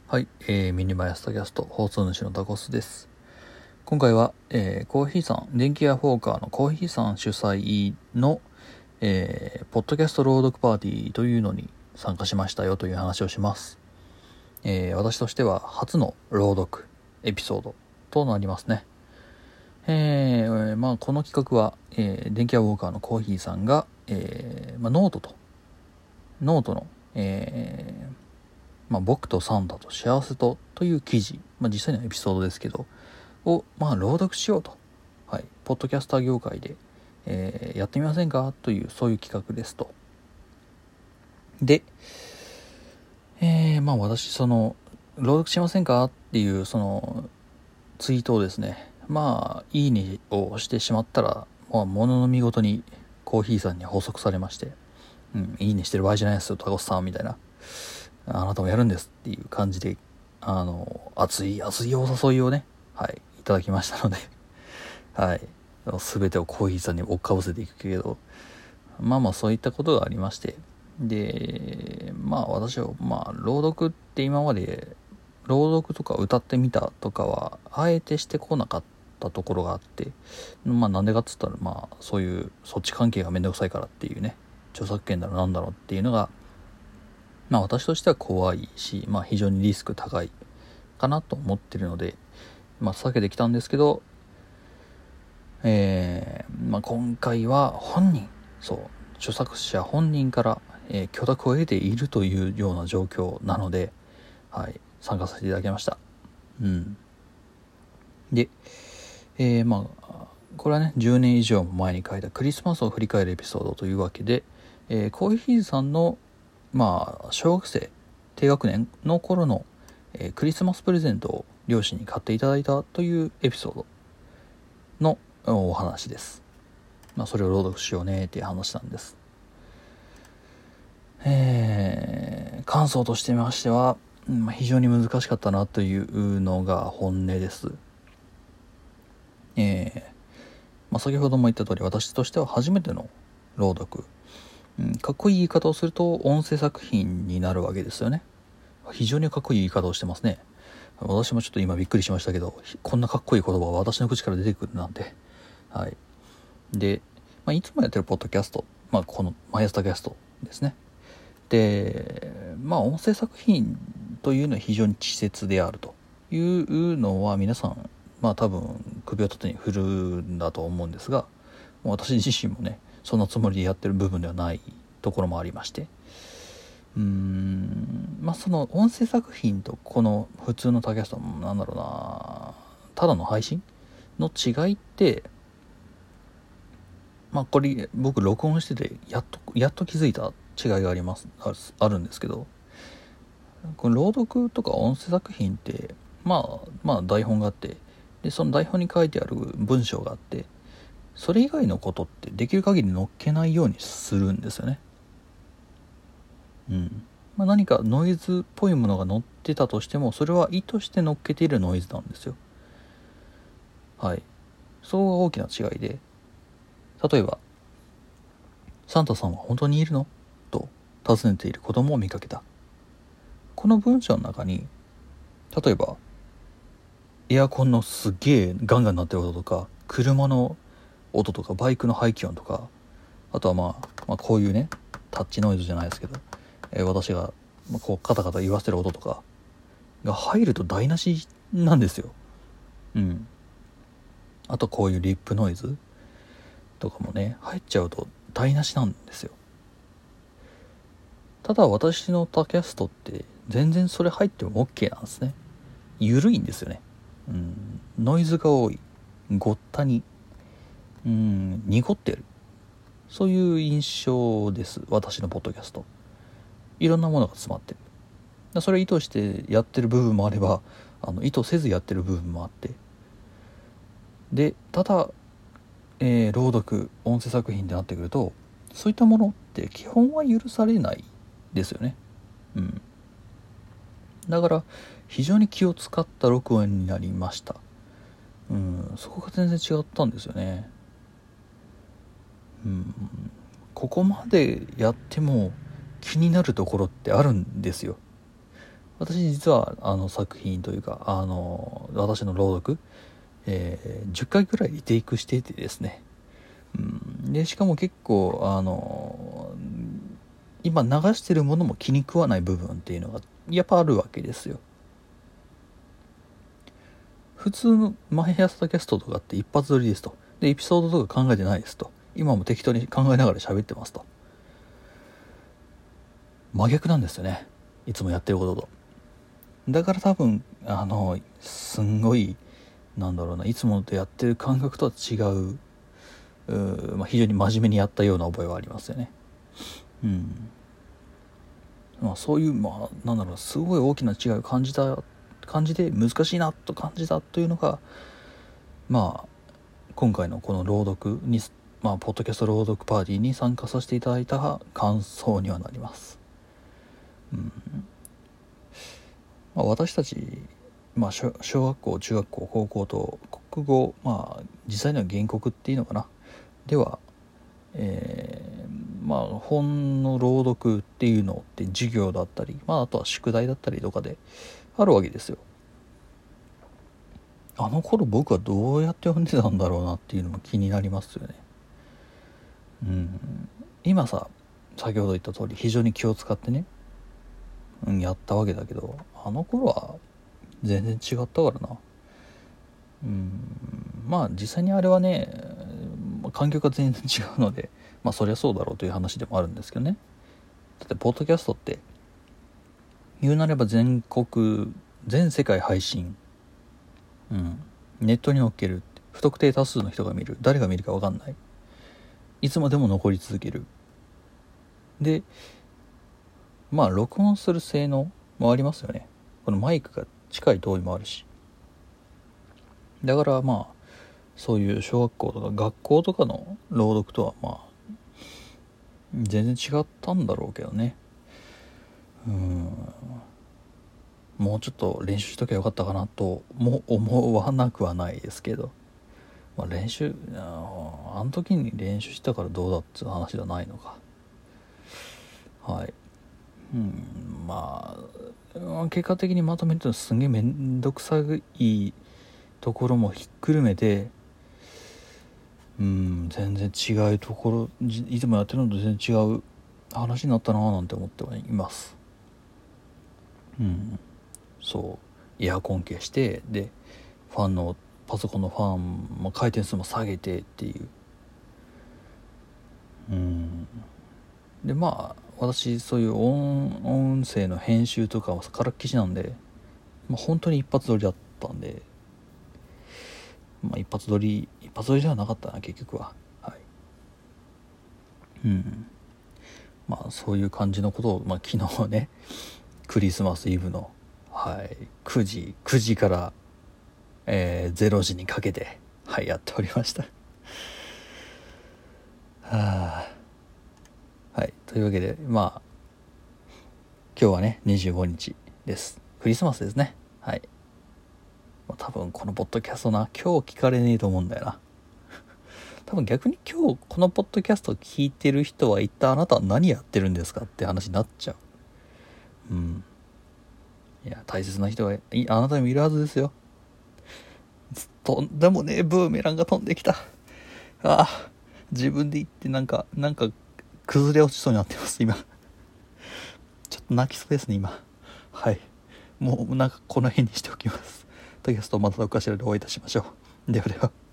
はい、ミニマヤスタキャスト放送主のタコスです。今回は、コーヒーさん、電気屋フォーカーのコーヒーさん主催の、ポッドキャスト朗読パーティーというのに参加しましたよという話をします。私としては初の朗読エピソードとなりますね。この企画は、電気屋ウォーカーのコーヒーさんが、ノートの、僕とサンタと幸せという記事、実際のエピソードですけどを、朗読しようと、ポッドキャスター業界で、やってみませんかというそういう企画ですと。で、私その朗読しませんかっていうそのツイートをですね、いいねをしてしまったら、ものの見事にコーヒーさんに補足されまして、いいねしてる場合じゃないですよタコスさんみたいな、あなたもやるんですっていう感じで、熱いお誘いをね、いただきましたので全てをコーヒーさんに追っかぶせていくけど、そういったことがありまして、で私は朗読って今まで朗読とか歌ってみたとかはあえてしてこなかったところがあって、なんでかっつったらそういうそっち関係がめんどくさいからっていうね、著作権だろなんだろうっていうのが私としては怖いし、非常にリスク高いかなと思ってるので、避けてきたんですけど、今回は著作者本人から、許諾を得ているというような状況なので、参加させていただきました。で、これはね10年以上も前に書いたクリスマスを振り返るエピソードというわけで、コーヒーさんの小学生低学年の頃の、クリスマスプレゼントを両親に買っていただいたというエピソードのお話です。それを朗読しようねっていう話なんです。感想としてましては、非常に難しかったなというのが本音です。先ほども言った通り私としては初めての朗読、かっこいい言い方をすると音声作品になるわけですよね。非常にかっこいい言い方をしてますね。私もちょっと今びっくりしましたけど、こんなかっこいい言葉が私の口から出てくるなんて。で、いつもやってるポッドキャスト、このマイスタキャストですね。で、音声作品というのは非常に稚拙であるというのは皆さん多分首を縦に振るんだと思うんですが、私自身もねそんなつもりでやってる部分ではないところもありまして、その音声作品とこの普通のタキャストもただの配信の違いって、これ僕録音しててやっと気づいた違いがあるんですけど、この朗読とか音声作品って台本があって、でその台本に書いてある文章があって、それ以外のことってできる限り載っけないようにするんですよね。何かノイズっぽいものが載ってたとしても、それは意図して載っけているノイズなんですよ。そこが大きな違いで、例えばサンタさんは本当にいるのと尋ねている子供を見かけた。この文章の中に例えばエアコンのすっげえガンガン鳴ってる音とか、車の音とか、バイクの排気音とか、あとはこういうねタッチノイズじゃないですけど、私がこうカタカタ言わせてる音とかが入ると台無しなんですよ。あとこういうリップノイズとかもね入っちゃうと台無しなんですよ。ただ私のタキャストって全然それ入っても OK なんですね。緩いんですよね。ノイズが多い、ごったに、濁ってる、そういう印象です。私のポッドキャストいろんなものが詰まってる。それ意図してやってる部分もあれば、意図せずやってる部分もあって、でただ、朗読音声作品ってなってくると、そういったものって基本は許されないですよね。だから非常に気を使った録音になりました。そこが全然違ったんですよね。ここまでやっても気になるところってあるんですよ。 私実は作品というか私の朗読、10回くらいリテイクしててですね、でしかも結構今流してるものも気に食わない部分っていうのがやっぱあるわけですよ。普通の毎朝キャストとかって一発撮りですと。でエピソードとか考えてないですと。今も適当に考えながら喋ってますと。真逆なんですよね、いつもやってることと。だから多分すんごいなんだろうな、いつもとやってる感覚とは違う、非常に真面目にやったような覚えはありますよね。そういうなんだろう、すごい大きな違いを感じで難しいなと感じたというのが今回のこの朗読にポッドキャスト朗読パーティーに参加させていただいた感想にはなります。私たち、小学校中学校高校と国語、実際には原告っていうのかなでは、本の朗読っていうのって授業だったり、あとは宿題だったりとかであるわけですよ。あの頃僕はどうやって読んでたんだろうなっていうのも気になりますよね。今先ほど言った通り非常に気を使ってね、やったわけだけど、あの頃は全然違ったからな。実際にあれはね、環境が全然違うのでそりゃそうだろうという話でもあるんですけどね。だってポッドキャストって言うなれば全世界配信、ネットに載っける、不特定多数の人が見る、誰が見るか分かんない、いつまでも残り続けるで、録音する性能もありますよね。このマイクが近い遠いもあるし、だからそういう小学校とか学校とかの朗読とは全然違ったんだろうけどね。もうちょっと練習しときゃよかったかなとも思わなくはないですけど、練習あの時に練習したからどうだっていう話じゃないのか。結果的にまとめるとすげえめんどくさいところもひっくるめて、全然違うところ、いつもやってるのと全然違う話になったなぁなんて思ってはいます。そうエアコン消して、でパソコンのファンも回転数も下げてっていう。で私そういう音声の編集とかはからっきしなんで、本当に一発撮りだったんで、一発撮りではなかったな結局は。そういう感じのことを、昨日ねクリスマスイブの、9時から、0時にかけてやっておりましたというわけで今日はね25日です。クリスマスですね。多分このポッドキャスト今日聞かれねえと思うんだよな多分逆に今日このポッドキャスト聞いてる人は一体あなたは何やってるんですかって話になっちゃう。いや大切な人はあなたにもいるはずですよ。とんでもねえブーメランが飛んできた。自分で言ってなんか崩れ落ちそうになってます今ちょっと泣きそうですね今。もうこの辺にしておきます。ポッドキャストまたどっかしらでお会いいたしましょう。ではでは。